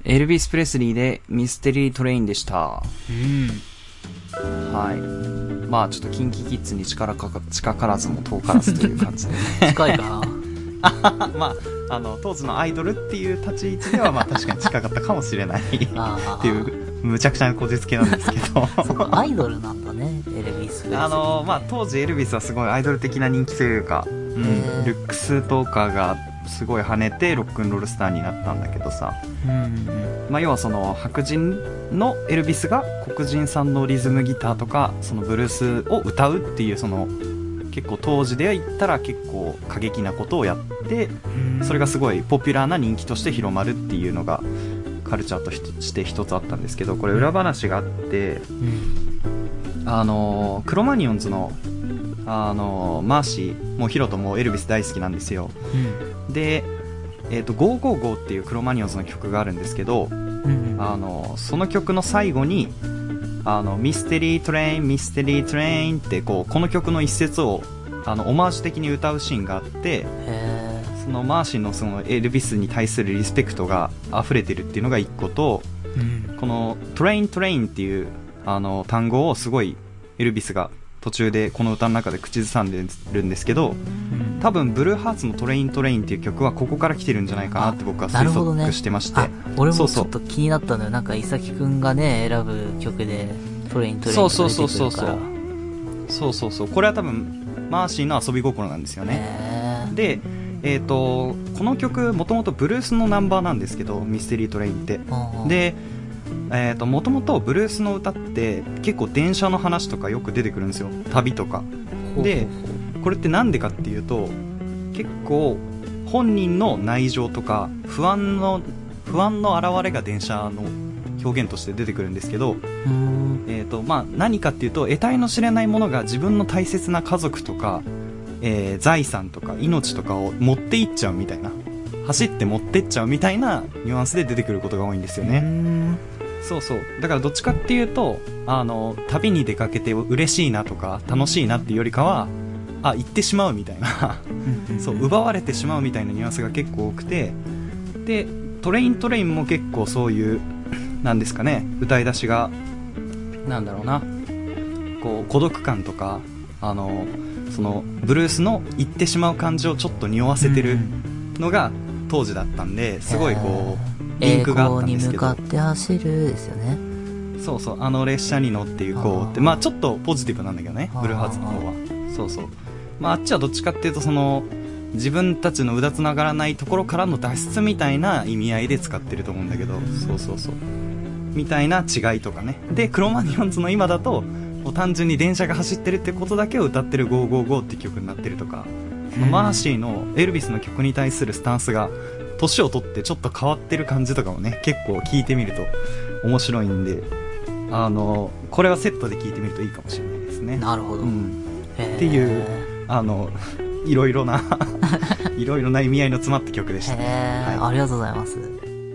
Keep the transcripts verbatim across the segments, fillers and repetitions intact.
エルビス・プレスリーでミステリートレインでした。 うん。 はい。まあちょっとキンキキッズに近か近からずも遠からずという感じで、ね、 近いかな。 まああの当時のアイドルっていう立ち位置ではまあ確かに近かったかもしれないっていうむちゃくちゃなこじつけなんですけど。 そうアイドルなんだね、エルビス・プレスリー。 あのまあ当時エルビスはすごいアイドル的な人気というか、うん、ルックスとかがすごい跳ねてロックンロールスターになったんだけどさ、 うんうん、 まあ、要はその白人のエルビスが黒人さんのリズムギターとかそのブルースを歌うっていうその結構当時で言ったら結構過激なことをやってそれがすごいポピュラーな人気として広まるっていうのがカルチャーとして一つあったんですけど、これ裏話があって、あのクロマニオンズのあのマーシーもうヒロトもエルビス大好きなんですよ、うん、で、えーと、ゴーゴーゴーっていうクロマニオンズの曲があるんですけど、うんうん、あのその曲の最後にあのミステリートレインミステリートレインってこうこの曲の一節をあのオマージュ的に歌うシーンがあって、そのマーシーのそのエルビスに対するリスペクトが溢れてるっていうのが一個と、うん、このトレイントレインっていうあの単語をすごいエルビスが途中でこの歌の中で口ずさんでるんですけど、多分ブルーハーツのトレイントレインっていう曲はここから来てるんじゃないかなって僕は推測してまして、 ね、俺もちょっと気になったのよ。なんか伊崎くんがね選ぶ曲でトレイントレインが出てくるから、そうそうそうそうそうそうそう、これは多分マーシーの遊び心なんですよね。でえーとこの曲もともとブルースのナンバーなんですけど、ミステリートレインってでえーと、もともとブルースの歌って結構電車の話とかよく出てくるんですよ、旅とかで。これってなんでかっていうと結構本人の内情とか不安の不安の表れが電車の表現として出てくるんですけど、えーとまあ、何かっていうと得体の知れないものが自分の大切な家族とか、えー、財産とか命とかを持っていっちゃうみたいな、走って持ってっちゃうみたいなニュアンスで出てくることが多いんですよね。そうそう、だからどっちかっていうとあの旅に出かけて嬉しいなとか楽しいなっていうよりかは、あ、行ってしまうみたいなそう奪われてしまうみたいなニュアンスが結構多くて、でトレイントレインも結構そういうなんですかね、歌い出しがなんだろうな、こう孤独感とかあのそのブルースの行ってしまう感じをちょっと匂わせてるのが当時だったんで、すごいこうリンクがあったんですけど、 栄光に向かって走るですよね。 そうそう、あの列車に乗って行こうって、まあちょっとポジティブなんだけどね、ブルーハーツの方は。そうそう、まああっちはどっちかっていうとその自分たちのうだつながらないところからの脱出みたいな意味合いで使ってると思うんだけど、そうそうそうみたいな違いとかね。でクロマニオンズの今だともう単純に電車が走ってるってことだけを歌ってるゴーゴーゴーって曲になってるとか、そのマーシーのエルビスの曲に対するスタンスが年を取ってちょっと変わってる感じとかもね、結構聞いてみると面白いんで、あのこれはセットで聞いてみるといいかもしれないですね。 なるほど、うん、 っていうあのいろいろないろいろな意味合いの詰まった曲でした、 ね、はい、ありがとうございます。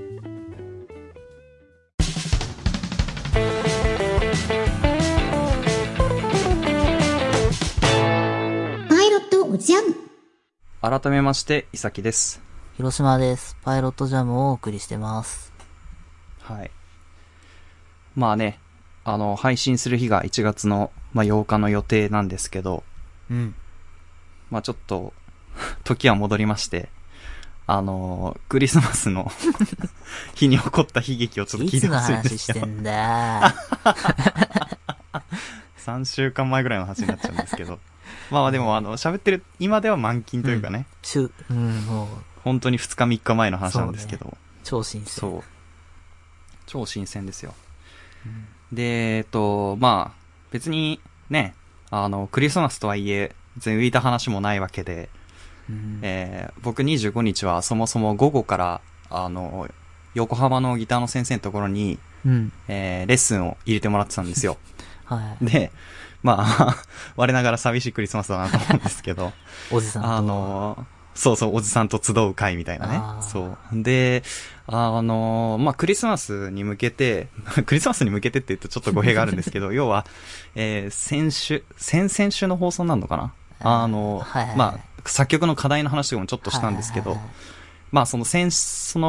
パイロットおじゃん。 改めましていさきです。 広島です。パイロットジャムをお送りしてます。 はい。まあね、あの配信する日がいちがつの、まあ、ようかの予定なんですけど、 うん。 まあちょっと時は戻りまして、あのクリスマスの日に起こった悲劇をちょっと聞いてほしいんですけど。 いつの話してんださんしゅうかんまえぐらいの話になっちゃうんですけど、まあでもあの喋ってる今では満勤というかね、 うん、うん、もう本当にふつかみっかまえの話なんですけど、ね、 超新鮮。 そう超新鮮ですよ、うん、でえっとまあ別にね、あのクリスマスとはいえ全然浮いた話もないわけで、うん、えー、僕にじゅうごにちはそもそも午後からあの横浜のギターの先生のところに、うん、えー、レッスンを入れてもらってたんですよ、 はい、 でまあ我ながら寂しいクリスマスだなと思うんですけどおじさんとあのそうそうおじさんと集う会みたいなね。そうであのまあクリスマスに向けてクリスマスに向けてって言うとちょっと語弊があるんですけど要は、えー、先週先々週の放送なのかな、あの、はいはいはい、まあ作曲の課題の話とかもちょっとしたんですけど、はいはいはい、まあその先その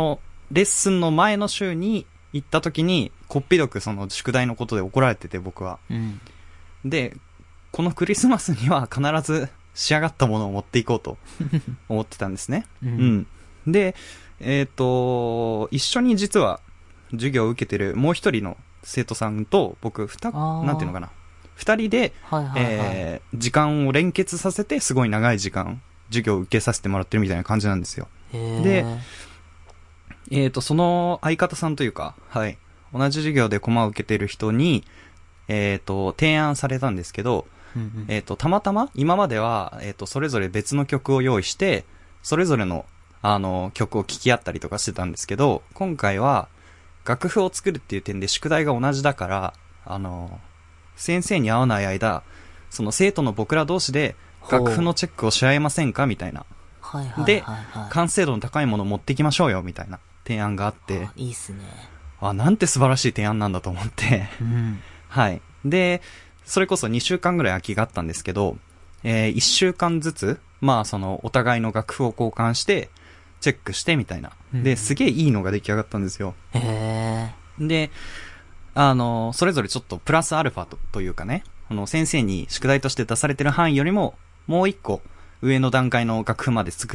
レッスンの前の週に行った時に、こっぴどくその宿題のことで怒られてて、僕は。うん、で、このクリスマスには必ず仕上がったものを持っていこうと思ってたんですね。うん、うん。で、えっと、一緒に実は授業を受けてるもう一人の生徒さんと僕、ふた、なんていうのかな。二人で、はいはいはい、えー、時間を連結させて、すごい長い時間、授業を受けさせてもらってるみたいな感じなんですよ。で、えっと、その相方さんというか、はい、同じ授業でコマを受けてる人に、えっと、提案されたんですけど、うんうん、えっと、たまたま、今までは、えっと、それぞれ別の曲を用意して、それぞれの、あの、曲を聴き合ったりとかしてたんですけど、今回は、楽譜を作るっていう点で宿題が同じだから、あの、先生に会わない間、その生徒の僕ら同士で楽譜のチェックをし合いませんかみたいな。はいはいはいはい、で、完成度の高いものを持っていきましょうよみたいな提案があって。 あ、いいっすね。 あ、なんて素晴らしい提案なんだと思って。うん、はい。で、それこそにしゅうかんぐらい空きがあったんですけど、えー、いっしゅうかんずつ、まあそのお互いの楽譜を交換して、チェックしてみたいな。で、すげえいいのが出来上がったんですよ。へー。で、あの、それぞれちょっとプラスアルファと、というかね、あの、先生に宿題として出されてる範囲よりも、もう一個上の段階の楽譜まで作って、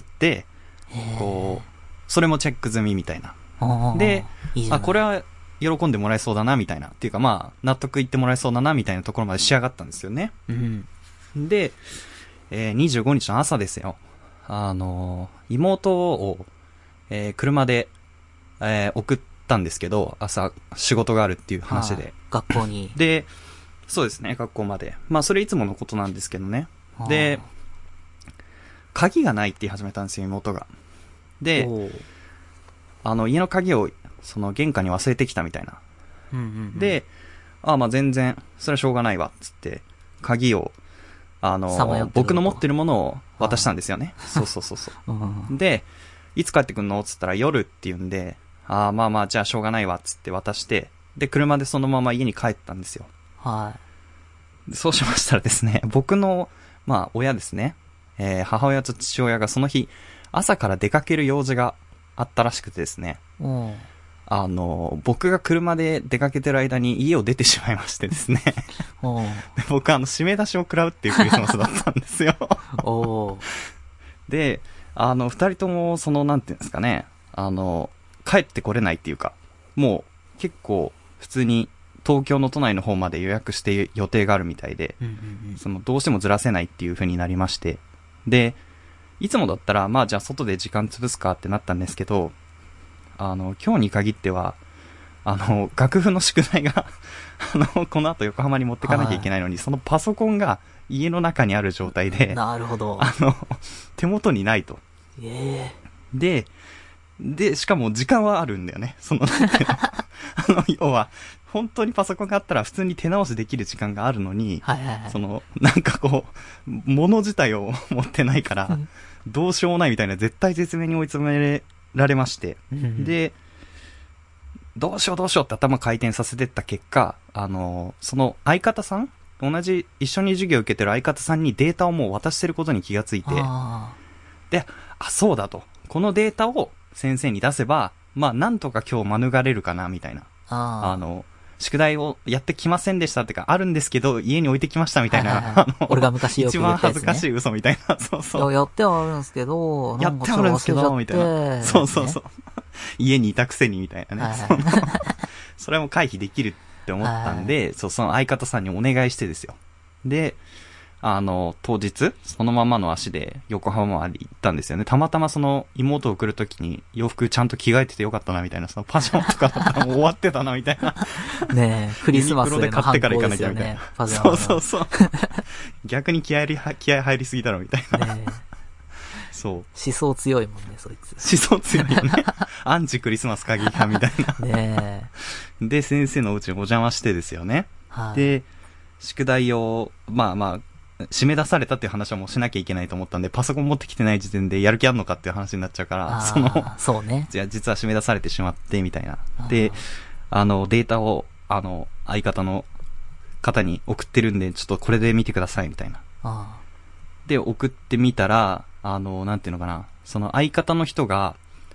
こう、それもチェック済みみたいな。で、いいあ、これは喜んでもらえそうだな、みたいな。っていうかまあ、納得いってもらえそうだな、みたいなところまで仕上がったんですよね。うん、で、えー、にじゅうごにちの朝ですよ。あの、妹を、えー、車で、えー、送ったんですけど、朝仕事があるっていう話で、はあ、学校に。 で、そうですね、学校まで。まあそれいつものことなんですけどね。はあ、で、鍵がないって言い始めたんですよ、妹が。で、あの家の鍵をその玄関に忘れてきたみたいな。うんうんうん、で、ああまあ全然それはしょうがないわっつって鍵をあの僕の持ってるものを渡したんですよね。そうそうそうそう。うん、で、いつ帰ってくんのっつったら夜って言うんで、ああまあまあじゃあしょうがないわっつって渡して、で車でそのまま家に帰ったんですよ。はい。そうしましたらですね、僕のまあ親ですね、えー、母親と父親がその日朝から出かける用事があったらしくてですね、うん、あの僕が車で出かけてる間に家を出てしまいましてですね、うん、で僕あの締め出しを食らうっていうクリスマスだったんですよ。おで、あの二人ともそのなんていうんですかね、あの帰ってこれないっていうか、もう結構普通に東京の都内の方まで予約して予定があるみたいで、うんうんうん、そのどうしてもずらせないっていう風になりまして、でいつもだったらまあじゃあ外で時間潰すかってなったんですけど、あの今日に限ってはあの楽譜の宿題があのこの後横浜に持ってかなきゃいけないのに、はい、そのパソコンが家の中にある状態で、 なるほど、 あの手元にないと。 えー、ででしかも時間はあるんだよね。そのあの要は本当にパソコンがあったら普通に手直しできる時間があるのに、はいはいはい、そのなんかこう物自体を持ってないからどうしようもないみたいな絶対絶命に追い詰められまして、でどうしようどうしようって頭回転させてった結果、あのその相方さん、同じ一緒に授業を受けてる相方さんにデータをもう渡してることに気がついて、あであそうだと、このデータを先生に出せばまあなんとか今日免れるかなみたいな、ああの宿題をやってきませんでしたってかあるんですけど家に置いてきましたみたいな、はいはいはい、あの俺が昔よく言ったやつね、 一番恥ずかしい嘘みたいな、そうそう、 やってはあるんですけど、 やってはあるんですけどみたいな、そうそうそう家にいたくせにみたいなね、はいはい、そ, それも回避できるって思ったんで、はいはい、そうその相方さんにお願いしてですよ。であの当日そのままの足で横浜まで行ったんですよね。たまたまその妹を送るときに洋服ちゃんと着替えててよかったなみたいな、そのパジャマとかだったらもう終わってたなみたいなねえクリスマスで買ってから行かなきゃみたいな、そうそうそう逆に気合い気合い入りすぎだろみたいな、ね、そう思想強いもんねそいつ、 思想強いよねアンチクリスマス過激派みたいなねえで先生のお家にお邪魔してですよね、はい、で宿題をまあまあ締め出されたっていう話はもうしなきゃいけないと思ったんで、パソコン持ってきてない時点でやる気あんのかっていう話になっちゃうから、そのそうね、 じゃあ実は締め出されてしまってみたいな。で、あのデータをあの相方の方に送ってるんでちょっとこれで見てくださいみたいな。あで送ってみたら、あのなんていうのかな、その相方の人が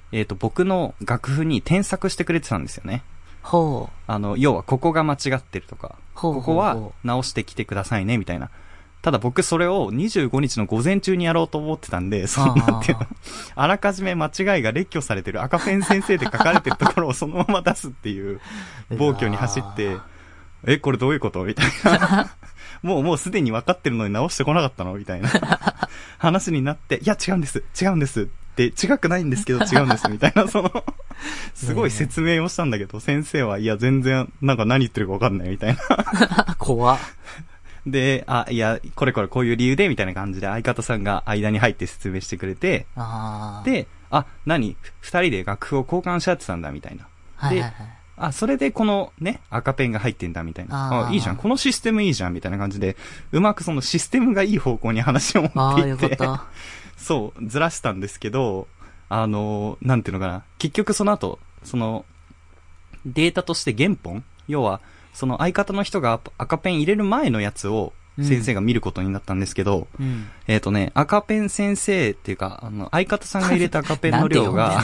えっと、僕の楽譜に添削してくれてたんですよね。 ほう。 あの、要はここが間違ってるとか、 ほうほうほう、 ここは直してきてくださいね、みたいな。ただ僕それをにじゅうごにちの午前中にやろうと思ってたんで、そのなんていうの、あらかじめ間違いが列挙されてる赤ペン先生で書かれてるところをそのまま出すっていう暴挙に走って、え、これどういうことみたいな。もうもうすでに分かってるのに直してこなかったのみたいな話になって、いや違うんです、違うんですって、違くないんですけど違うんですみたいな、その、すごい説明をしたんだけど、先生はいや全然なんか何言ってるか分かんないみたいな。 怖っ。 で、あ、いや、これこれこういう理由で、みたいな感じで相方さんが間に入って説明してくれて、 あで、あ、何二人で楽譜を交換し合ってたんだ、みたいな。 はいはいはい、 で、あ、それでこのね、赤ペンが入ってんだ、みたいな。あ、いいじゃん。このシステムいいじゃん、みたいな感じで、うまくそのシステムがいい方向に話を持っていって、 あ、よかった。 そう、ずらしたんですけど、あの、なんていうのかな。結局その後、その、データとして原本要は、その相方の人が赤ペン入れる前のやつを先生が見ることになったんですけど、うん、えっとね、赤ペン先生っていうか、あの、相方さんが入れた赤ペンの量が、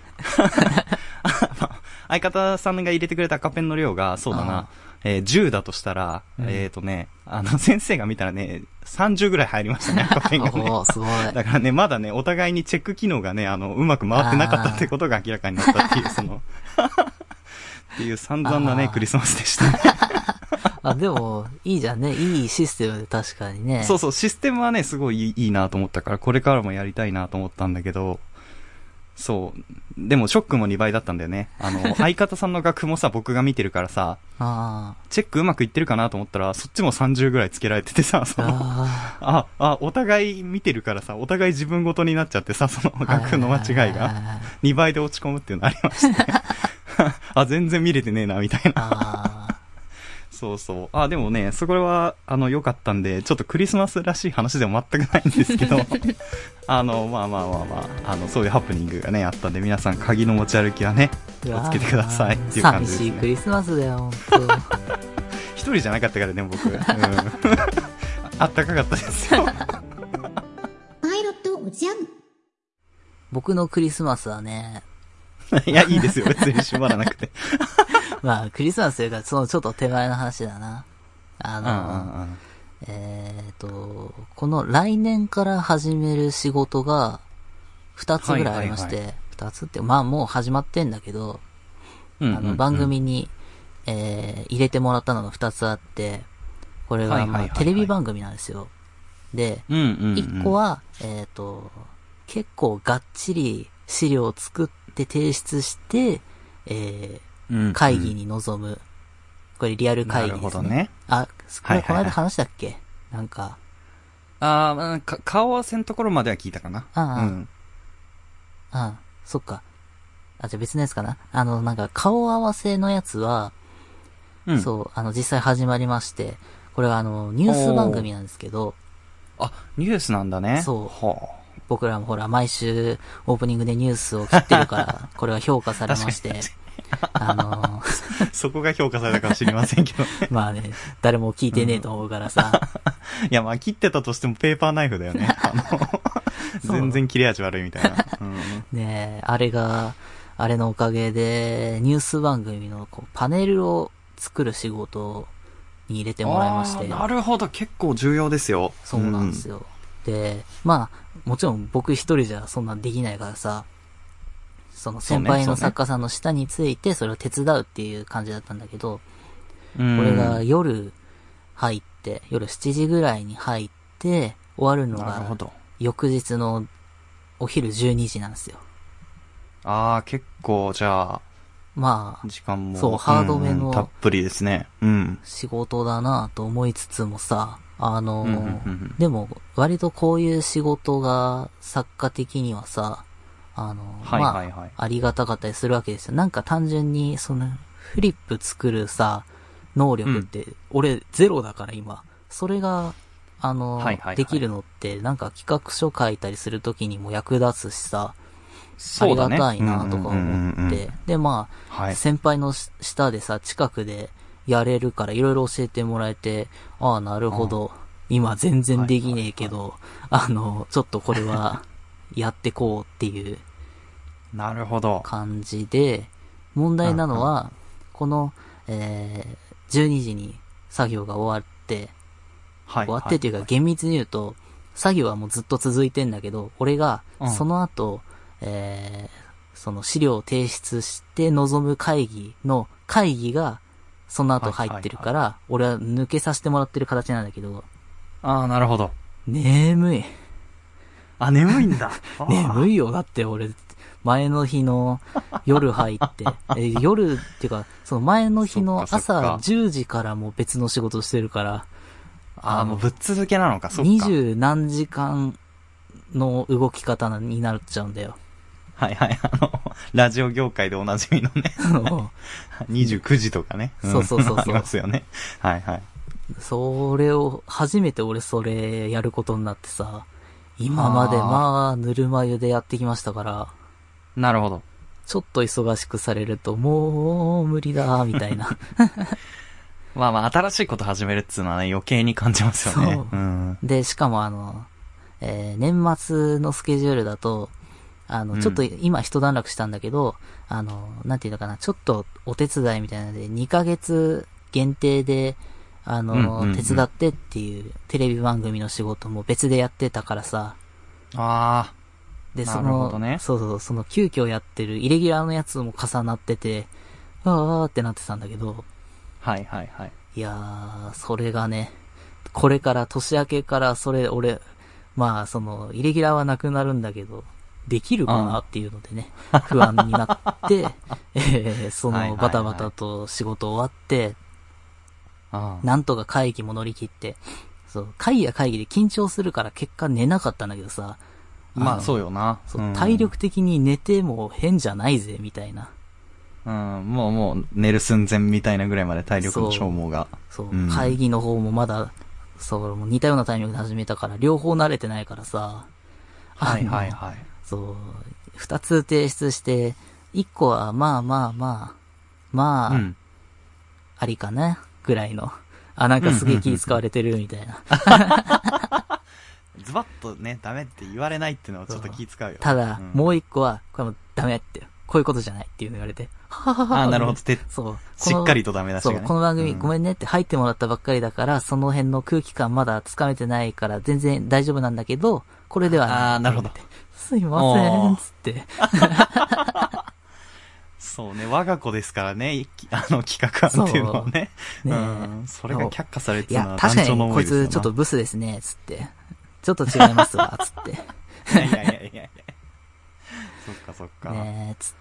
相方さんが入れてくれた赤ペンの量が、そうだな、えー、じゅうだとしたら、うん、えっとね、あの、先生が見たらね、さんじゅうぐらい入りましたね、赤ペンがね。 おー、すごい。 だからね、まだね、お互いにチェック機能がね、あの、うまく回ってなかったってことが明らかになったっていう、その、っていう散々なね、クリスマスでしたね。 あ、でも、いいじゃんね。いいシステムで確かにね。 そうそう、システムはね、すごいいいなと思ったから、これからもやりたいなと思ったんだけど、そう。でも、ショックもにばいだったんだよね。あの、相方さんの楽譜もさ、僕が見てるからさ、 あチェックうまくいってるかなと思ったら、そっちもさんじゅうぐらいつけられててさ、その、ああ、あ、お互い見てるからさ、お互い自分ごとになっちゃってさ、その楽譜の間違いが、にばいで落ち込むっていうのありましたね。あ、全然見れてねえな、みたいな。 あそうそう。あ、でもね、そこは、あの、良かったんで、ちょっとクリスマスらしい話でも全くないんですけど、あの、まあまあまあまあ、あの、そういうハプニングがね、あったんで、皆さん鍵の持ち歩きはね、気をつけてくださいっていう感じですね。 寂しいクリスマスだよ、ほんと。 一人じゃなかったからね、僕。うん。あったかかったですよ。 パイロットおじゃん。 僕のクリスマスはね、 いや、いいですよ、別に縛らなくて。 まあ、クリスマスというか、そのちょっと手前の話だな。あの、 うんうんうん、 えっと、この来年から始める仕事が二つぐらいありまして、二、はいはい、つって、まあもう始まってんだけど、うんうんうん、あの番組に、えー、入れてもらったのが二つあって、これが、まあ、テレビ番組なんですよ。で、一、うんうん、個は、えっと、結構がっちり資料を作って提出して、えーうんうん、会議に臨む。これリアル会議ですね。なるほどね。あ、これこの間話したっけ、はいはいはい、なんか。 ああ、か、顔合わせのところまでは聞いたかな。 ああ、うん。ああ、そっか。あ、じゃあ別のやつかな。あの、なんか顔合わせのやつは、うん、そう、あの、実際始まりまして、これはあの、ニュース番組なんですけど。 あ、ニュースなんだね。 そう。はあ、僕らもほら、毎週オープニングでニュースを切ってるから、これは評価されまして。あのー、 そこが評価されたかは知りませんけどね。 まあね、誰も聞いてねえと思うからさ。 うん、いや、まあ切ってたとしてもペーパーナイフだよね。あの全然切れ味悪いみたいな。うん、 ねえ、あれが、あれのおかげで、ニュース番組のこうパネルを作る仕事に入れてもらいまして。 なるほど、結構重要ですよ。 そうなんですよ。うん、で、まあ、もちろん僕一人じゃそんなんできないからさ、その先輩の作家さんの下についてそれを手伝うっていう感じだったんだけど、これが夜入って、夜しちじぐらいに入って、終わるのが翌日のお昼じゅうにじなんですよ。 ああ、結構じゃあ、 まあ、 時間もそう、ハードめの、 たっぷりですね。うん。 仕事だなと思いつつもさ、あの、うんうんうん、でも割とこういう仕事が作家的にはさ、あの、はいはいはい、まあ、ありがたかったりするわけですよ。なんか単純に、その、フリップ作るさ、能力って、俺ゼロだから今。それが、あの、はいはいはい、できるのって、なんか企画書書いたりするときにも役立つしさ、そうだね、ありがたいなとか思って、で、まあ、はい、先輩の下でさ、近くでやれるからいろいろ教えてもらえて、ああ、なるほど。今全然できねえけど、はいはいはい、あの、ちょっとこれは、やってこうっていうなるほど。 感じで、問題なのは、この、えー、じゅうにじに作業が終わって、はい、終わってっていうか厳密に言うと、作業はもうずっと続いてんだけど、俺がその後、うん、えー、その資料を提出して臨む会議の会議がその後入ってるから、はいはいはい、俺は抜けさせてもらってる形なんだけど。 ああ、なるほど。 眠い。 あ、眠いんだ。 眠いよ。だって俺、前の日の夜入って、え夜っていうか、その前の日の朝じゅうじからも別の仕事してるから、 ああ、もうぶっ続けなのか、そっか。 二十何時間の動き方になっちゃうんだよ。 はいはい、あの、ラジオ業界でおなじみのね。にじゅうくじとかね。 うん、そうそうそうそう。ありますよね。はいはい。 それを、初めて俺それやることになってさ、今までまあ、ぬるま湯でやってきましたから。 なるほど。 ちょっと忙しくされると、もう無理だ、みたいな。 まあまあ、新しいこと始めるっつうのはね、余計に感じますよね。 そう。うん、で、しかもあの、えー、年末のスケジュールだと、あの、ちょっと今一段落したんだけど、うん、あの、なんていうのかな、ちょっとお手伝いみたいなので、にかげつ限定で、あの、うんうんうん、手伝ってっていうテレビ番組の仕事も別でやってたからさ。 ああ。 で、その、ね、そうそう、その急遽やってるイレギュラーのやつも重なってて、あーってなってたんだけど。 はいはいはい。 いやー、それがね、これから年明けからそれ、俺、まあ、その、イレギュラーはなくなるんだけど、できるかなっていうのでね、不安になって、えー、その、バタバタと仕事終わって、なんとか会議も乗り切って、そう、会議や会議で緊張するから結果寝なかったんだけどさ。 まあそうよな。 そう、うん、体力的に寝ても変じゃないぜ、みたいな。 うん、もうもう寝る寸前みたいなぐらいまで体力の消耗が。 そう、そう、うん、会議の方もまだ、そう、もう似たようなタイミングで始めたから、両方慣れてないからさ。 はいはいはい。 そう、二つ提出して、一個はまあまあまあ、まあ、うん、ありかな。ぐらいの。あ、なんかすげえ気使われてるみたいな。 ズバッとね、ダメって言われないっていうのはちょっと気使うよ。 ただ、うん、もう一個は、これもダメって、こういうことじゃないっていうの言われて。 はははは。あ、なるほど。て、そう。しっかりとダメ出しがね。 そう、この番組、うん、ごめんねって入ってもらったばっかりだから、その辺の空気感まだつかめてないから全然大丈夫なんだけど、これではない。 ああ、なるほど。 すいません、つって。 そうね、我が子ですからね、あの企画案っていうのはね。ね、うん、それが却下されてるのは団長の思いですよな。 いや、確かにこいつちょっとブスですね、つって。ちょっと違いますわ、つって。いやいやいやいやいや。そっかそっか。 ねつって、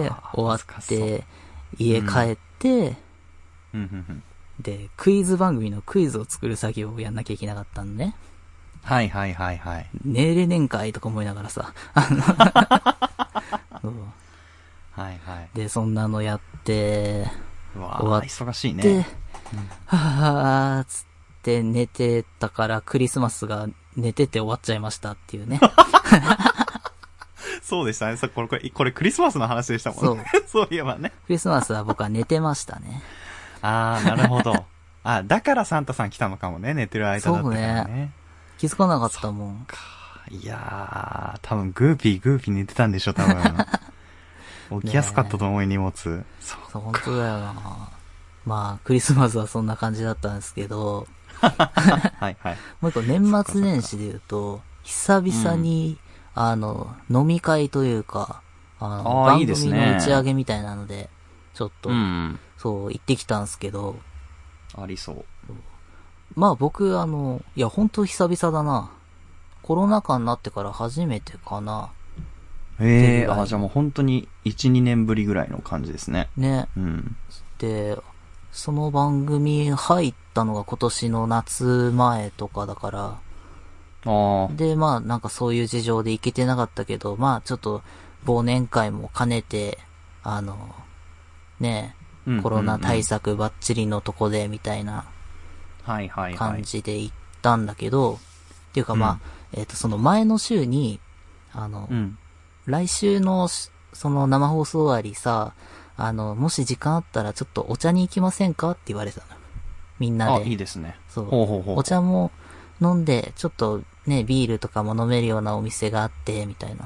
終わって、家帰って、うん、で、クイズ番組のクイズを作る作業をやんなきゃいけなかったのね。 はいはいはいはい。 寝れねんかいとか思いながらさ。そうはいはい。 で、そんなのやって、 うわ終わって、忙しいね。うん、 はぁーつって寝てたからクリスマスが寝てて終わっちゃいましたっていうね。 そうでしたね。これ、これ、これクリスマスの話でしたもんね。そう。そういえばね。 クリスマスは僕は寝てましたね。 あー、なるほど。あ、だからサンタさん来たのかもね。寝てる間だったからね。そうね。 気づかなかったもん。 かいやー、多分グーピーグーピー寝てたんでしょ、多分。起きやすかったと思う、荷物。そう。 そう、本当だよな。まあ、クリスマスはそんな感じだったんですけど。はいはい。もう一個、年末年始で言うと、久々に、うん、あの、飲み会というか、あの、あ番組の打ち上げみたいなので、ちょっと、うん、そう、行ってきたんですけど。 ありそう。 まあ僕、あの、いや、ほんと久々だな。コロナ禍になってから初めてかな。 へえー、あ、じゃあもう本当にいち、にねんぶりぐらいの感じですね。 ね。うん。で、その番組入ったのが今年の夏前とかだから。ああ。で、まあなんかそういう事情で行けてなかったけど、まあちょっと忘年会も兼ねて、あの、ね、うんうんうん、コロナ対策バッチリのとこでみたいな感じで行ったんだけど、はいはいはい、っていうかまあ、うん、えっとその前の週に、あの、うん、来週のその生放送終わりさ、あの、もし時間あったらちょっとお茶に行きませんかって言われたの。みんなで。 あ、いいですね。 そう。ほうほうほう。お茶も飲んで、ちょっとね、ビールとかも飲めるようなお店があって、みたいな。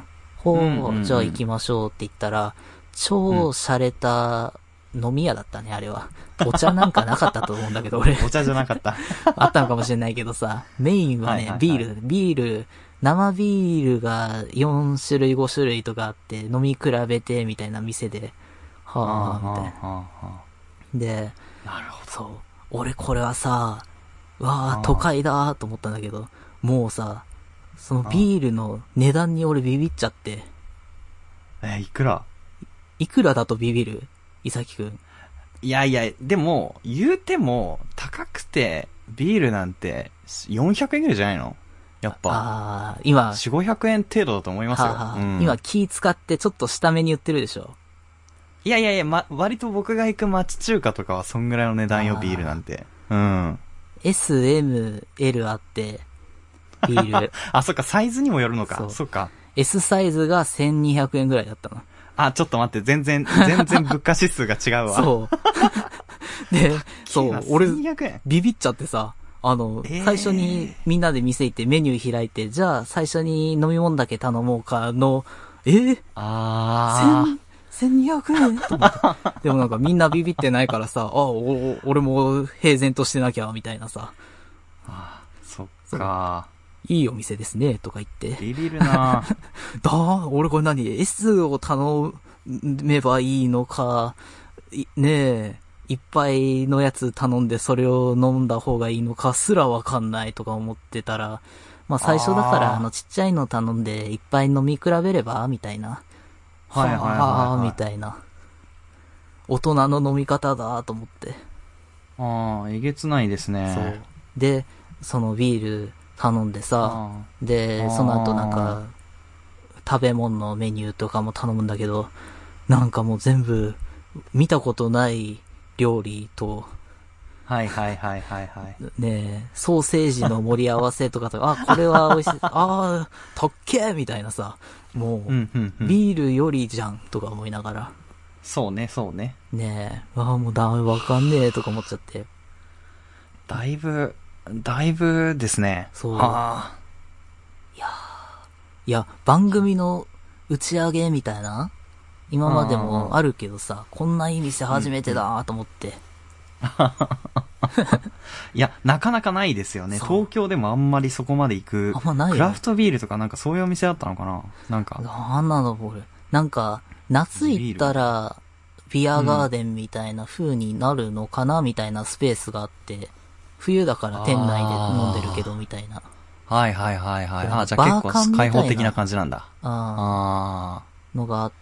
ほう、うんうんうん、じゃあ行きましょうって言ったら、超洒落た飲み屋だったね、あれは。お茶なんかなかったと思うんだけど、俺。 お茶じゃなかった。 あったのかもしれないけどさ、メインはね、はいはいはい、ビール、ビール、生ビールがよん種類ご種類とかあって、飲み比べてみたいな店で、はぁ、みたいな。はあはあ、で、 なるほど。 そう。俺これはさ、わぁ、都会だーと思ったんだけど、もうさ、そのビールの値段に俺ビビっちゃって。 え、いくらいくらだとビビる？いさきくん。 いやいや、でも、言うても、高くて、ビールなんて、よんひゃくえんぐらいじゃないの？やっぱ。 ああ、今。 よんひゃく、ごひゃくえん程度だと思いますよ。はあはあうん、今気使ってちょっと下目に言ってるでしょ。 いやいやいや、ま、割と僕が行く町中華とかはそんぐらいの値段よ、ビールなんて。うん。 S、M、L あって、ビール。 あ、そっか、サイズにもよるのか。そ, そっか。 S サイズがせんにひゃくえんぐらいだったの。 あ、ちょっと待って、全然、全然物価指数が違うわ。 そう。で、そう、俺、ビビっちゃってさ、あの、えー、最初にみんなで店行ってメニュー開いて、じゃあ最初に飲み物だけ頼もうかの、えー、 あー。 せんにひゃくえんと思って。でもなんかみんなビビってないからさ、あ、お、俺も平然としてなきゃ、みたいなさ。 あそっか。 いいお店ですね、とか言って。 ビビるなだー、俺これ何 ?S を頼めばいいのか、ねえ、いっぱいのやつ頼んでそれを飲んだ方がいいのかすらわかんないとか思ってたら、まあ最初だからあのちっちゃいの頼んでいっぱい飲み比べればみたいな。 はいはいはい、はい。 みたいな。大人の飲み方だと思って。 ああ、えげつないですね。 そう。で、そのビール頼んでさ、で、その後なんか、食べ物のメニューとかも頼むんだけど、なんかもう全部、見たことない料理と、 はいはいはいはいはい。 ねえ、ソーセージの盛り合わせとかとか、あ、これは美味しい、ああ、たっけーみたいなさ、もう、うんうんうん、ビールよりじゃんとか思いながら。 そうね、そうね。 ねえ、ああ、もうダメわかんねえとか思っちゃって。 だいぶ、だいぶですね。 そう。 はあ、 いやいや、番組の打ち上げみたいな今までもあるけどさ、こんないい店初めてだと思って。 いや、なかなかないですよね。東京でもあんまりそこまで行く。 あんまないよ。 クラフトビールとかなんかそういうお店だったのかななんか。 なんなのこれ。なんか、夏行ったら、ビアガーデンみたいな風になるのかなみたいなスペースがあって、冬だから店内で飲んでるけどみたいな。 はいはいはいはい。ああ、じゃあ結構開放的な感じなんだ。 ああ。のがあって、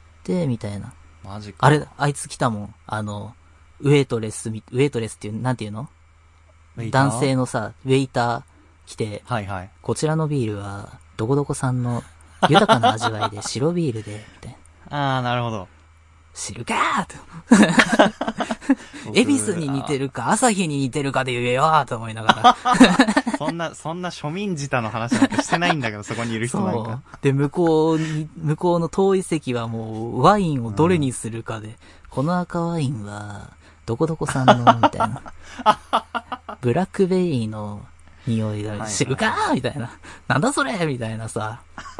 みたいな。 マジか。 あれ、あいつ来たもん。あの、ウェイトレス、ウェイトレスっていう、なんていうの？男性のさ、ウェイター来て、 はいはい。 こちらのビールは、どこどこさんの豊かな味わいで白ビールで、みたいな。ああ、なるほど。 知るかーと。恵比寿に似てるか、朝日に似てるかで言えよーと思いながら。そんな、そんな庶民舌の話なんかしてないんだけど、そこにいる人なんか。 で、向こうに、向こうの遠い席はもう、ワインをどれにするかで、うん、この赤ワインは、どこどこさんの、みたいな。ブラックベリーの匂いが、知るかーみたいな。なんだそれみたいなさ。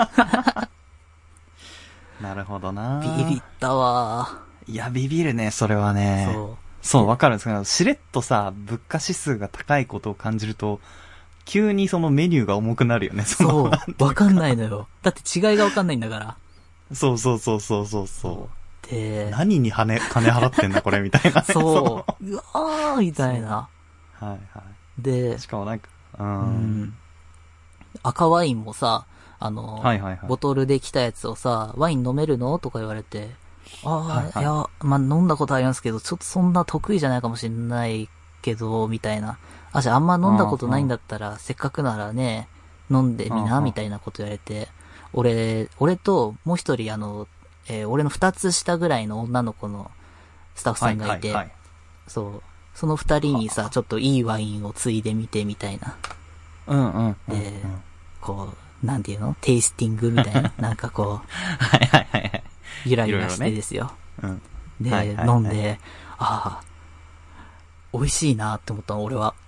なるほどな。 ビビったわ。 いや、ビビるね、それはね。そう。そう、わかるんですけど、しれっとさ、物価指数が高いことを感じると、急にそのメニューが重くなるよね、 その。そう。わかんないのよ。だって違いがわかんないんだから。 そうそうそうそうそうそう。 で、 何に金、金払ってんだこれみたいな、ね。 そう。うわーみたいな。 はいはい。 で、 しかもなんか、うん、 うん。赤ワインもさ、あの、はいはいはい、ボトルで来たやつをさ、ワイン飲めるのとか言われて、ああ、はいはい、いや、まあ、飲んだことありますけど、ちょっとそんな得意じゃないかもしれないけど、みたいな。あ、じゃああんま飲んだことないんだったら、せっかくならね、飲んでみな、みたいなこと言われて、俺、俺ともう一人あの、えー、俺の二つ下ぐらいの女の子のスタッフさんがいて、はいはいはい、そう、その二人にさ、ちょっといいワインをついでみてみたいな。 うんうん。 で、こう、なんていうのテイスティングみたいな。なんかこう。 はいはいはい。 ゆらゆらしてですよ。 いろいろね、 うん。で、はいはいはい、飲んで、ああ、美味しいなって思ったの、俺は。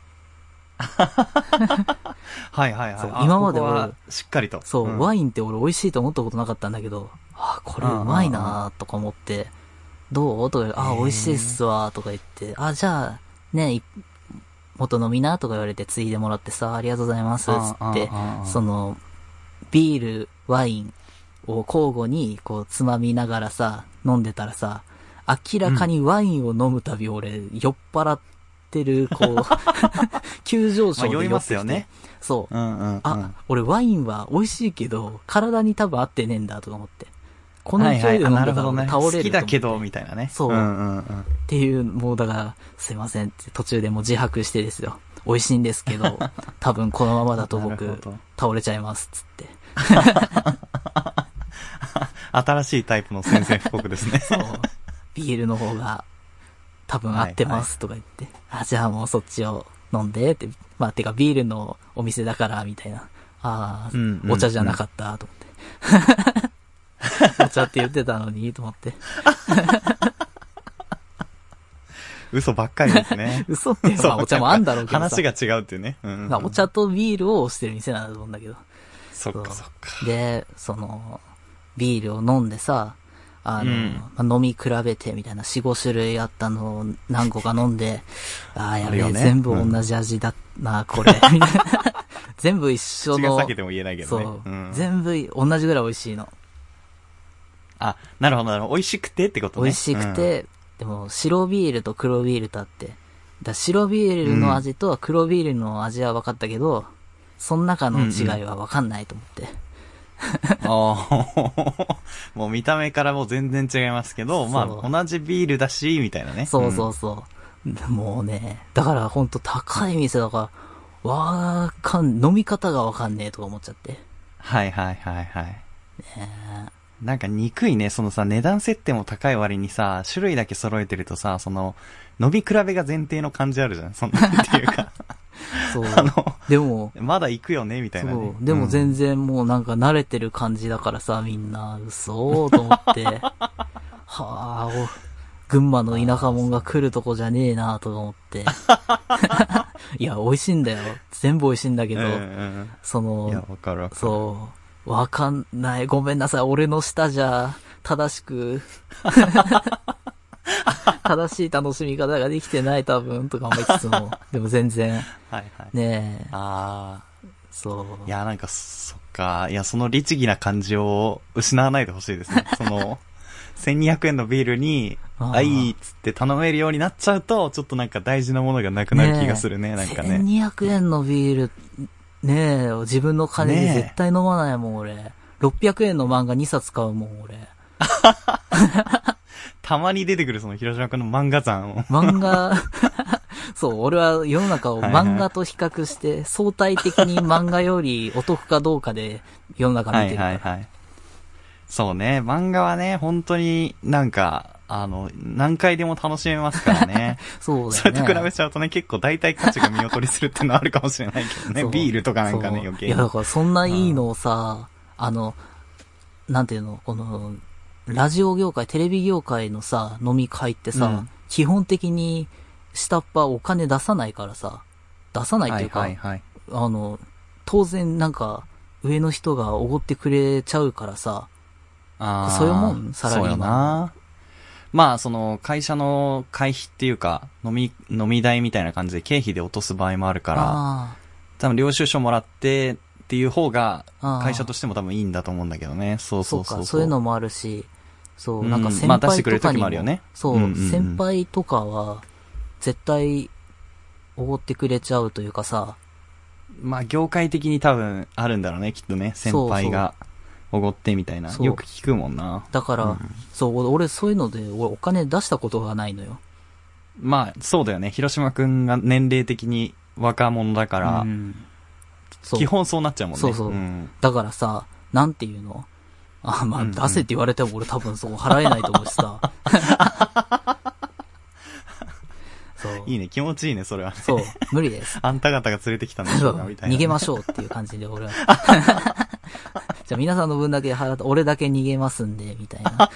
はいはいはい。 そう今まで俺、 しっかりと。 そう、うん、ワインって俺美味しいと思ったことなかったんだけど、 あ、これうまいなとか思って、どうとか、あ、美味しいっすわとか言って、あ、じゃあ、ね、元飲みなとか言われてついでもらってさ、ありがとうございますつって、その、ビール、ワインを交互にこうつまみながらさ、飲んでたらさ、明らかにワインを飲むたび俺、酔っ払ってる、こう、急上昇で酔ってきて、まあ、酔いますよね。そう。うんうんうん、あ、俺ワインは美味しいけど、体に多分合ってねえんだとか思って。この勢いで飲んだら倒れると思って、はいはい、ね、好きだけど、みたいなね。 そう、うんうんうん。っていう、もうだから、すいませんって途中でもう自白してですよ。美味しいんですけど、多分このままだと僕、倒れちゃいます、つって。 新しいタイプの宣戦布告ですね。 そう。ビールの方が、多分合ってます、とか言って。はいはい、あ、じゃあもうそっちを飲んで、って。まあ、てかビールのお店だから、みたいな。ああ、うんうんうん、お茶じゃなかった、と思って。お茶って言ってたのに、と思って。 嘘ばっかりですね。 嘘って、まあお茶もあんだろうけどさ。 話が違うっていうね。うんうん、 まあ、お茶とビールを推してる店なんだと思うんだけど。 そっかそっか。 で、その、ビールを飲んでさ、あの、うんまあ、飲み比べてみたいなよん、ご種類あったのを何個か飲んで、ああ、やべえ、ね、全部同じ味だな、うん、これ。全部一緒の。 口が裂けても言えないけどね。 そう。うん、全部同じぐらい美味しいの。 あ、なるほどなるほど。美味しくてってことね。 美味しくて、うん、でも白ビールと黒ビールとあって、だ白ビールの味と黒ビールの味は分かったけど、うん、その中の違いは分かんないと思って。うんうんあもう見た目からもう全然違いますけど、まあ同じビールだし、みたいなね。 そうそうそう。うん、もうね、だからほんと高い店だから、わーかん、飲み方がわかんねえとか思っちゃって。 はいはいはいはい。ねなんか憎いね、そのさ、値段設定も高い割にさ、種類だけ揃えてるとさ、その、飲み比べが前提の感じあるじゃん、そんなっていうか。 そう。あの、でも、 まだ行くよね、みたいな、ね。 そう。でも全然もうなんか慣れてる感じだからさ、みんな、嘘ーと思って。はぁ、群馬の田舎者が来るとこじゃねえなと思って。いや、美味しいんだよ。全部美味しいんだけど、うんうん、その、 いや、わかるわかる。 そう。わかんない。ごめんなさい。俺の舌じゃ、正しく、正しい楽しみ方ができてない多分とか思いつつも、でも全然、はいはい、ねえ。ああ。そう。 いや、なんか、そっか。いや、その律儀な感じを失わないでほしいですね。その、せんにひゃくえんのビールに、あ、いいっつって頼めるようになっちゃうと、ちょっとなんか大事なものがなくなる気がするね、ねなんかね。 せんにひゃくえんのビール、ねえ、自分の金で絶対飲まないもん、俺。ろっぴゃくえんの漫画にさつ買うもん、俺。 たまに出てくるその広島君の漫画山を。 漫画、そう、俺は世の中を漫画と比較して、はいはい、相対的に漫画よりお得かどうかで世の中見てるから。はいはいはい。 そうね、漫画はね、本当になんか、あの、何回でも楽しめますからね。 そうだよね。 それと比べちゃうとね、結構大体価値が見劣りするっていうのはあるかもしれないけどね。ビールとかなんかね、余計に。 いや、だからそんないいのをさ、あの、なんていうの、この、ラジオ業界、テレビ業界のさ、飲み会ってさ、うん、基本的に下っ端お金出さないからさ、出さないっていうか、はいはいはい、あの、当然なんか、上の人がおごってくれちゃうからさ、あそういうもん、サラリーマン。そうよな。 まあ、その、会社の会費っていうか、飲み、飲み代みたいな感じで経費で落とす場合もあるから、多分領収書もらって、っていう方が、会社としても多分いいんだと思うんだけどね。そうそうそうそう。 そうか、そういうのもあるし、そう、なんか先輩とかにも、うん、まあ出してくれる時もあるよね。そう、うんうんうん、先輩とかは、絶対、おごってくれちゃうというかさ。 まあ業界的に多分あるんだろうね、きっとね。先輩がおごってみたいな。よく聞くもんな。 だから、うん、そう、俺そういうので、俺お金出したことがないのよ。 まあ、そうだよね。広島くんが年齢的に若者だから、うん、基本そうなっちゃうもんね。 そうそう。うん、だからさ、なんていうのあ、まあ、うんうん、出せって言われても俺多分そう払えないと思うしさ。 そういいね、気持ちいいね、それは、ね。 そう、無理です。 あんた方が連れてきたんでしょうか、みたいな、 逃げましょうっていう感じで俺は。じゃあ皆さんの分だけ払って、俺だけ逃げますんで、みたいな。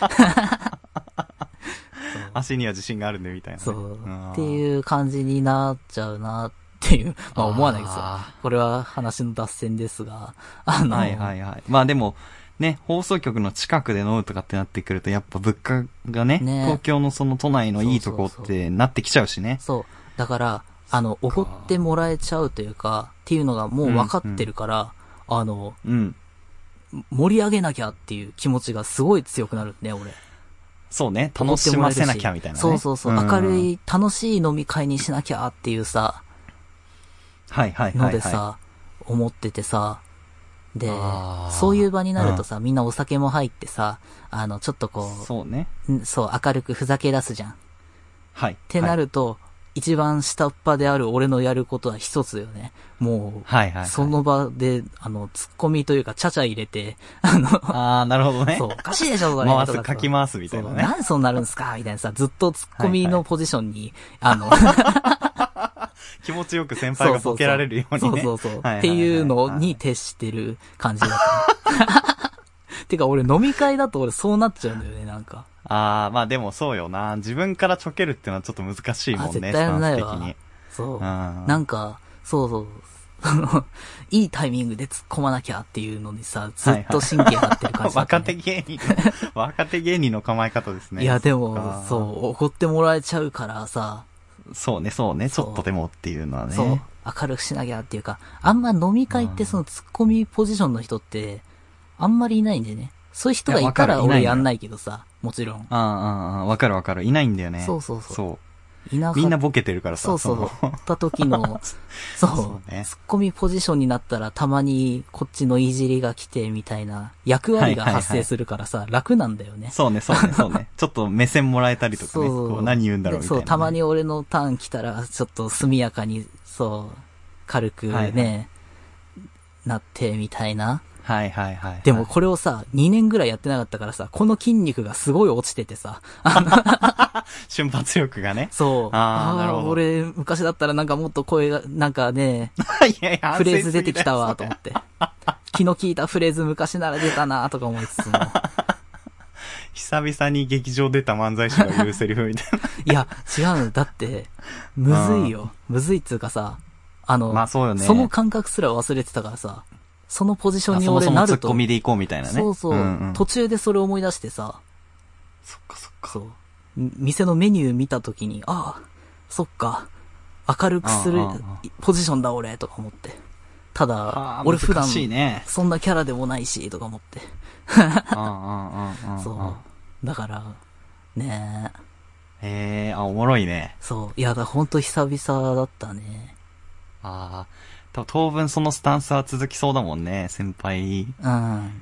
足には自信があるんで、みたいな、ね。 そう。っていう感じになっちゃうなっていう、まあ思わないですよ。これは話の脱線ですが、あの。 はいはいはい。まあでも、 ね、放送局の近くで飲むとかってなってくると、やっぱ物価がね、 ね東京のその都内のいいとこってなってきちゃうしね。 そう。だから、あの、おごってもらえちゃうというか、っていうのがもう分かってるから、うんうん、あの、 うん、 盛り上げなきゃっていう気持ちがすごい強くなるね、俺。 そうね、楽しませなきゃみたいなね。 そうそうそう、うん、明るい、楽しい飲み会にしなきゃっていうさ、 はいはいはい、はい。 のでさ、思っててさ、で、そういう場になるとさ、うん、みんなお酒も入ってさ、あの、ちょっとこう、 そうね。 そう、明るくふざけ出すじゃん。 はい。 ってなると、はい、一番下っ端である俺のやることは一つよね。もう、 はいはいはい、 その場で、あの、ツッコミというか、ちゃちゃ入れて、あの、 あー、なるほどね。 そう、おかしいでしょ、それ。 回す、かき回すみたいなね。 なんでそうなるんすかみたいなさ、ずっとツッコミのポジションに、はいはい、あの、 気持ちよく先輩がボケられるようにね。 そうそうそう。そうそうそうっていうのに徹してる感じだった。てか俺飲み会だと俺そうなっちゃうんだよね、なんか。 あー、まあでもそうよな。自分からちょけるっていうのはちょっと難しいもんね、 絶対ないわスタンス的に。 そう。なんか、そうそう。いいタイミングで突っ込まなきゃっていうのにさ、ずっと神経張ってる感じだった、ね。 若手芸人の、若手芸人の構え方ですね。 いやでも、そう、怒ってもらえちゃうからさ。 そうね、そうね、ちょっとでもっていうのはね。 そう。明るくしなきゃっていうか、あんま飲み会ってその突っ込みポジションの人って、あんまりいないんでね。そういう人がいたら俺やんないけどさ、もちろん。 ああ、ああ、わかるわかる。いないんだよね。 そうそうそう。 そう。 いなかみんなボケてるからさ。 そうそう。そった時の、そう、そうね、ツッコミポジションになったらたまにこっちのいじりが来てみたいな役割が発生するからさ、はいはいはい、楽なんだよね。 そうね、そうね、そうね。ちょっと目線もらえたりとかね。そうこう何言うんだろうみたいな、ね。 そう、たまに俺のターン来たらちょっと速やかに、そう、軽くね、はいはい、なってみたいな。 はいはいはい、はい。 でもこれをさ、にねんぐらいやってなかったからさ、この筋肉がすごい落ちててさ。 瞬発力がね。 そう。ああ、なるほど。俺、昔だったらなんかもっと声が、なんかね、いやいやフレーズ出てきたわ、と思って。気の利いたフレーズ昔なら出たな、とか思いつつも。 久々に劇場出た漫才師が言うセリフみたいな。 いや、違うの。だって、むずいよ。むずいっつうかさ、あの、 まあそうよね。 その感覚すら忘れてたからさ、そのポジションに俺なると。そもそもツッコミで行こうみたいなね。 そうそう、うんうん。途中でそれ思い出してさ。 そっかそっか。 そう。店のメニュー見たときに、ああ、そっか。明るくするポジションだ俺、とか思って。ただ、俺普段、そんなキャラでもないし、とか思って。そう。だから、ねえ。へえ、あ、おもろいね。 そう。いや、だほんと久々だったね。 ああ。当分そのスタンスは続きそうだもんね、先輩。 うん。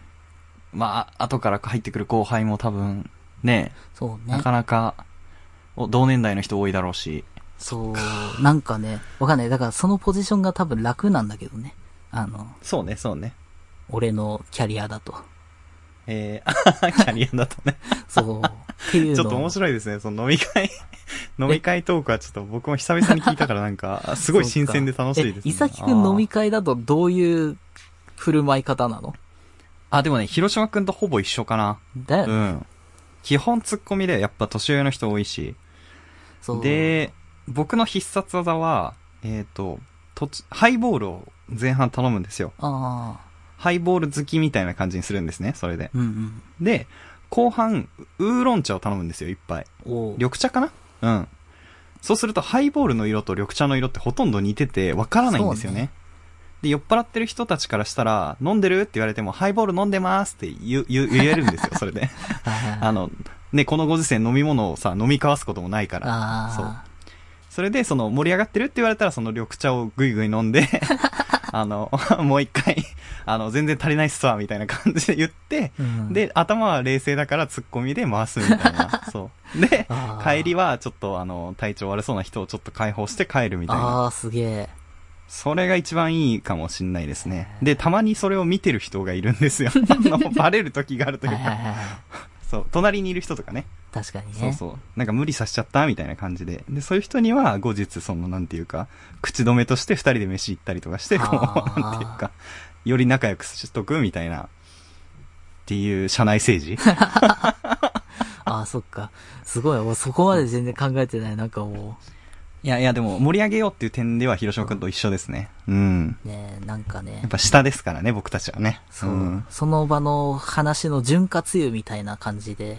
まあ、後から入ってくる後輩も多分、ね。 そうね。 なかなか、同年代の人多いだろうし。 そう、なんかね、わかんない。だからそのポジションが多分楽なんだけどね。あの。 そうね、そうね。 俺のキャリアだと。 えー、キャリアだとね。 そう。っていうの。 ちょっと面白いですね。その飲み会、飲み会トークはちょっと僕も久々に聞いたからなんか、すごい新鮮で楽しいですね。 いさきくん飲み会だとどういう振る舞い方なの？ あ、でもね、広島くんとほぼ一緒かな。 だよね。 うん。基本ツッコミでやっぱ年上の人多いし。 そう。 で、僕の必殺技は、えっと、ハイボールを前半頼むんですよ。 ああ。 ハイボール好きみたいな感じにするんですね、それで。 うんうん、 で、後半、ウーロン茶を頼むんですよ、いっぱい。緑茶かな？うん。そうすると、ハイボールの色と緑茶の色ってほとんど似てて、わからないんですよね。で、酔っ払ってる人たちからしたら、飲んでるって言われても、ハイボール飲んでますって言、言、言えるんですよ、それで。あの、ね、このご時世飲み物をさ、飲み交わすこともないから。そう。それで、その、盛り上がってるって言われたら、その緑茶をぐいぐい飲んで、あの、もう一回、あの、全然足りないっすわ、みたいな感じで言って、うん、で、頭は冷静だからツッコミで回すみたいな。そう。で、帰りはちょっと、あの、体調悪そうな人をちょっと解放して帰るみたいな。 ああ、すげえ。 それが一番いいかもしんないですね。で、たまにそれを見てる人がいるんですよ。あの、バレる時があるというか。そう、隣にいる人とかね。 確かにね。 そうそう。なんか無理させちゃったみたいな感じで。で、そういう人には後日、その、なんていうか、口止めとして二人で飯行ったりとかして、こう、なんていうか、より仲良くしとくみたいな、っていう社内政治。 ああ、そっか。すごい。そこまで全然考えてない。なんかもう。 いやいや、でも盛り上げようっていう点では広島くんと一緒ですね。うん。 ねえ、なんかね。 やっぱ下ですからね、僕たちはね。 そう。うん、その場の話の潤滑油みたいな感じで。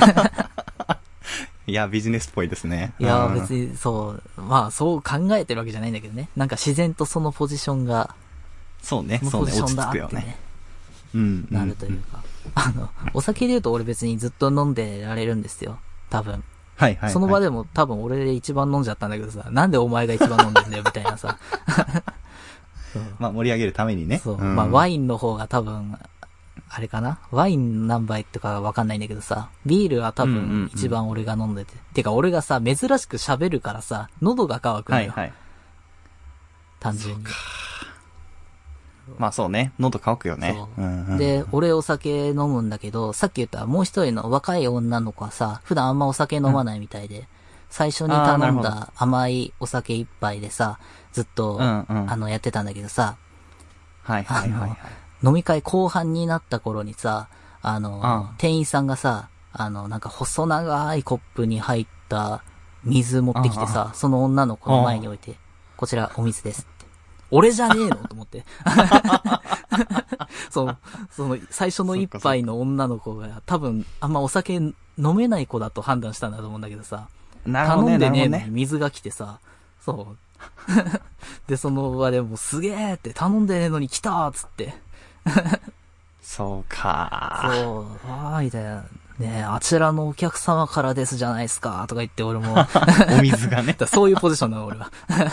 いや、ビジネスっぽいですね。 いや、別に、そう、まあ、そう考えてるわけじゃないんだけどね。なんか自然とそのポジションが、 そうね、そうね、落ち着くよね。うん。 なるというか。あの、お酒で言うと俺別にずっと飲んでられるんですよ。多分。 はいはい、はい。 その場でも多分俺で一番飲んじゃったんだけどさ、なんでお前が一番飲んでんだよみたいなさ。 まあ盛り上げるためにね。 そう。うん、まあワインの方が多分、あれかなワイン何杯とかわかんないんだけどさ、ビールは多分一番俺が飲んでて。うんうんうん、てか俺がさ、珍しく喋るからさ、喉が渇くのよ。はいはい。単純に。 まあそうね。喉乾くよね。 そう、うんうん。で、俺お酒飲むんだけど、さっき言ったもう一人の若い女の子はさ、普段あんまお酒飲まないみたいで、うん、最初に頼んだ甘いお酒一杯でさ、ずっと、うんうん、あの、やってたんだけどさ、 はいはいはい、はい。 飲み会後半になった頃にさ、あの、うん、店員さんがさ、あの、なんか細長いコップに入った水持ってきてさ、うんうん、その女の子の前に置いて、こちらお水です。俺じゃねえのと思って。そう、その、最初の一杯の女の子が多分、あんまお酒飲めない子だと判断したんだと思うんだけどさ。 なるほどね。 頼んでねえのに水が来てさ、そう。で、その場でもうすげえって頼んでねえのに来たーっつって。 そうかー。そう、あーみたいな。ねえ、あちらのお客様からですじゃないですかとか言って俺も。 お水がね。 そういうポジションなの俺は。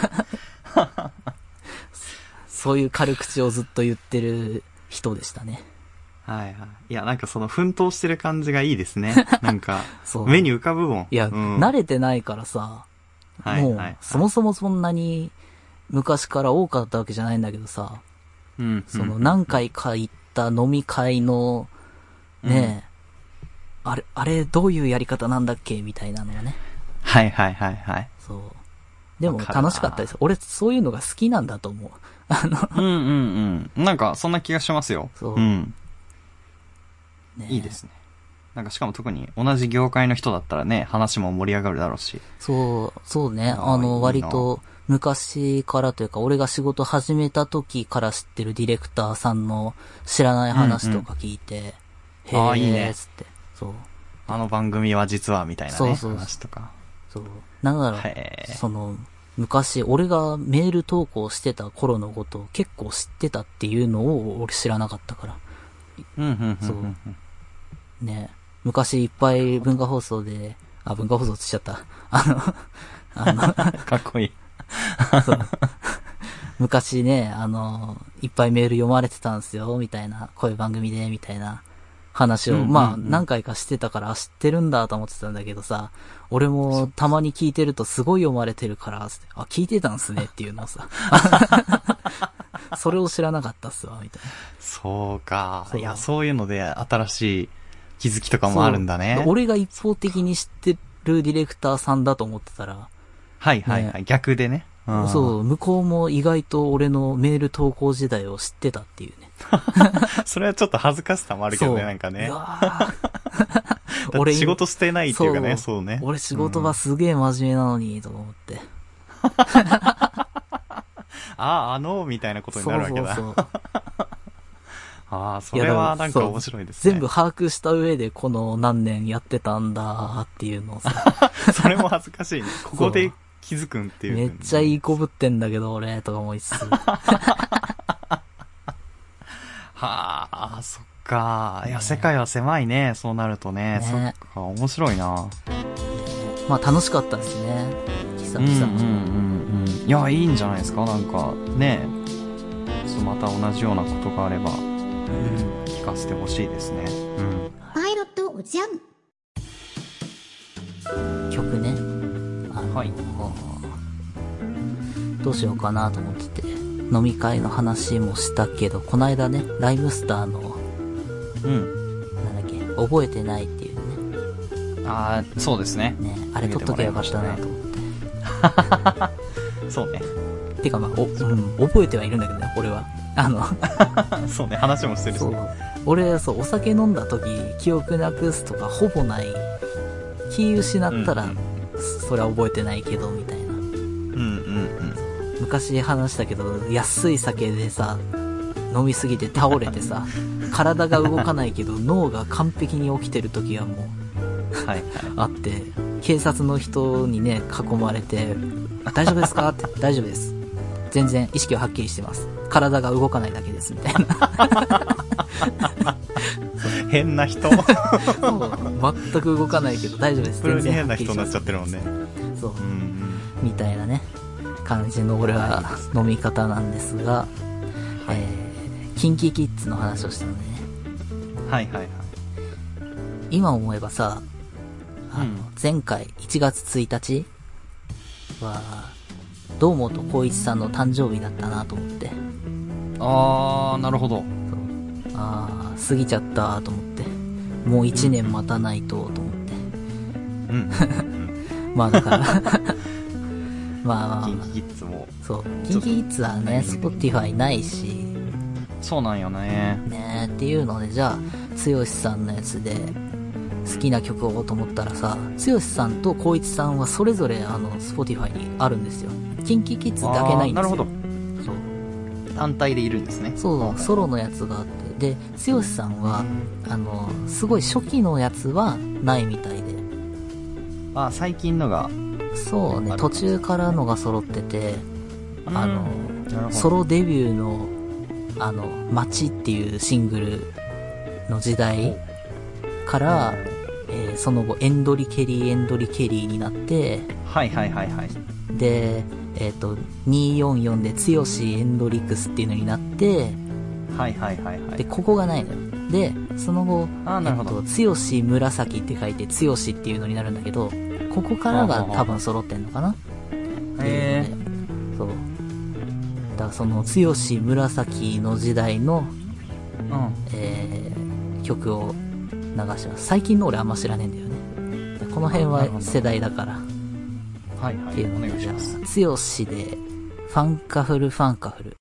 そういう軽口をずっと言ってる人でしたね。 はいはい。いや、なんかその奮闘してる感じがいいですね。なんか、目に浮かぶもん。 いや、うん、慣れてないからさ、はいはいはい、もう、そもそもそんなに昔から多かったわけじゃないんだけどさ、うん、その何回か行った飲み会の、ねえ、うん、あれ、あれどういうやり方なんだっけみたいなのがね。 はいはいはいはい。 そう。でも楽しかったです。俺そういうのが好きなんだと思う。あのうんうんうん。なんかそんな気がしますよ。そう。うん。ね、いいですね。なんかしかも特に同じ業界の人だったらね、話も盛り上がるだろうし。 そう、そうね。あの、割と昔からというか、俺が仕事始めた時から知ってるディレクターさんの知らない話とか聞いて、うんうん、へー、あ、いいね。つって。そう。 あの番組は実はみたいなね、そうそう話とか。 そう。なんだろう、その、昔、俺がメール投稿してた頃のことを結構知ってたっていうのを俺知らなかったから。 うん、うん、 そう。ね、昔いっぱい文化放送で、あ、文化放送つっちゃった。あの、あの、 かっこいい。 そう。昔ね、あの、いっぱいメール読まれてたんですよ、みたいな、こういう番組で、みたいな話を、うんうんうん、まあ、何回かしてたから、知ってるんだと思ってたんだけどさ、俺もたまに聞いてるとすごい読まれてるから、つって、あ、聞いてたんすねっていうのをさ、それを知らなかったっすわ、みたいな。 そうか。いや、そういうので新しい気づきとかもあるんだね。 俺が一方的に知ってるディレクターさんだと思ってたら、 はいはいはい、ね、逆でね。 うん、そう、向こうも意外と俺のメール投稿時代を知ってたっていうね。 それはちょっと恥ずかしさもあるけどね、なんかね。俺仕事してないっていうかね、そう、そうね。 俺仕事はすげえ真面目なのに、と思って。 ああ、あの、みたいなことになるわけだ。そうそうそうああ、それはなんか面白いですね。 全部把握した上でこの何年やってたんだっていうのをさ。 それも恥ずかしいね。ここで気づくんっていう、 ね。めっちゃいいこぶってんだけど俺、とか思いつつ。 はあ、そっか。いや、世界は狭いね。そうなるとね。ね、そっか、面白いな。 まあ楽しかったですね。久々。うんうんうんうん。いや、いいんじゃないですか。なんか、ね。ちょっとまた同じようなことがあれば、うん、聞かせてほしいですね。うん。 パイロットおじゃん。 曲ね。あの、はい。どうしようかなと思ってて。飲み会の話もしたけど、この間ね、ライムスターの、うん。なんだっけ、覚えてないっていうね。ああ、そうですね。 ね、あれ撮っとけばよかったなと思って。 そうね。 てかまあ、お、うん、覚えてはいるんだけどね、俺は。あの、 そうね、話もしてるし、ね。そう。 俺、そう、お酒飲んだ時、記憶なくすとかほぼない。気失ったら、うんうん、それは覚えてないけど、みたいな。 うんうんうん。 昔話したけど、安い酒でさ、飲みすぎて倒れてさ、体が動かないけど脳が完璧に起きてる時がもう、はいはい、あって、警察の人にね、囲まれて、大丈夫ですかって、大丈夫です。全然意識ははっきりしてます。体が動かないだけです、みたいな。 変な人。 全く動かないけど大丈夫です。 全然変な人になっちゃってるもんね。 そう。うん、みたいなね、感じの俺は飲み方なんですが、はい、えー、キンキキッズの話をしたのでね。 はいはいはい。 今思えばさ、あの、うん、前回いちがつついたちは、堂本光一さんの誕生日だったなと思って。 あー、なるほど。そう。 あー、過ぎちゃったと思って。もういちねん待たないとと思って。うん。まあだから、まあ、 キンキキッズも。 そう。キンキキッズはね、Spotify ないし。 そうなんよね。 ねっていうので、じゃあ、剛さんのやつで、好きな曲をと思ったらさ、剛さんと光一さんはそれぞれあの、Spotify にあるんですよ。キンキキッズだけないんですよ。なるほど。そう。 単体でいるんですね。 そう、ソロのやつがあって。で、剛さんは、あの、すごい初期のやつはないみたいで。 あ、最近のが。 そうね、途中からのが揃ってて、あの、ソロデビューの、あの、街っていうシングルの時代から、えー、その後、エンドリケリー、エンドリケリーになって、 はいはいはいはい。 で、えっと、にーよんよんでつよしエンドリックスっていうのになって、 はいはいはいはい。 で、ここがないのよ。で、その後、 あ、なるほど。 えっと、つよし紫って書いて、つよしっていうのになるんだけど、ここからが多分揃ってんのかな。 へえー。そう。だからその、つよし紫の時代の、うん、えー、曲を流します。最近の俺あんま知らねえんだよね。でこの辺は世代だから。 はいはい。 っていうので、じゃあ、つよしで、ファンカフルファンカフル。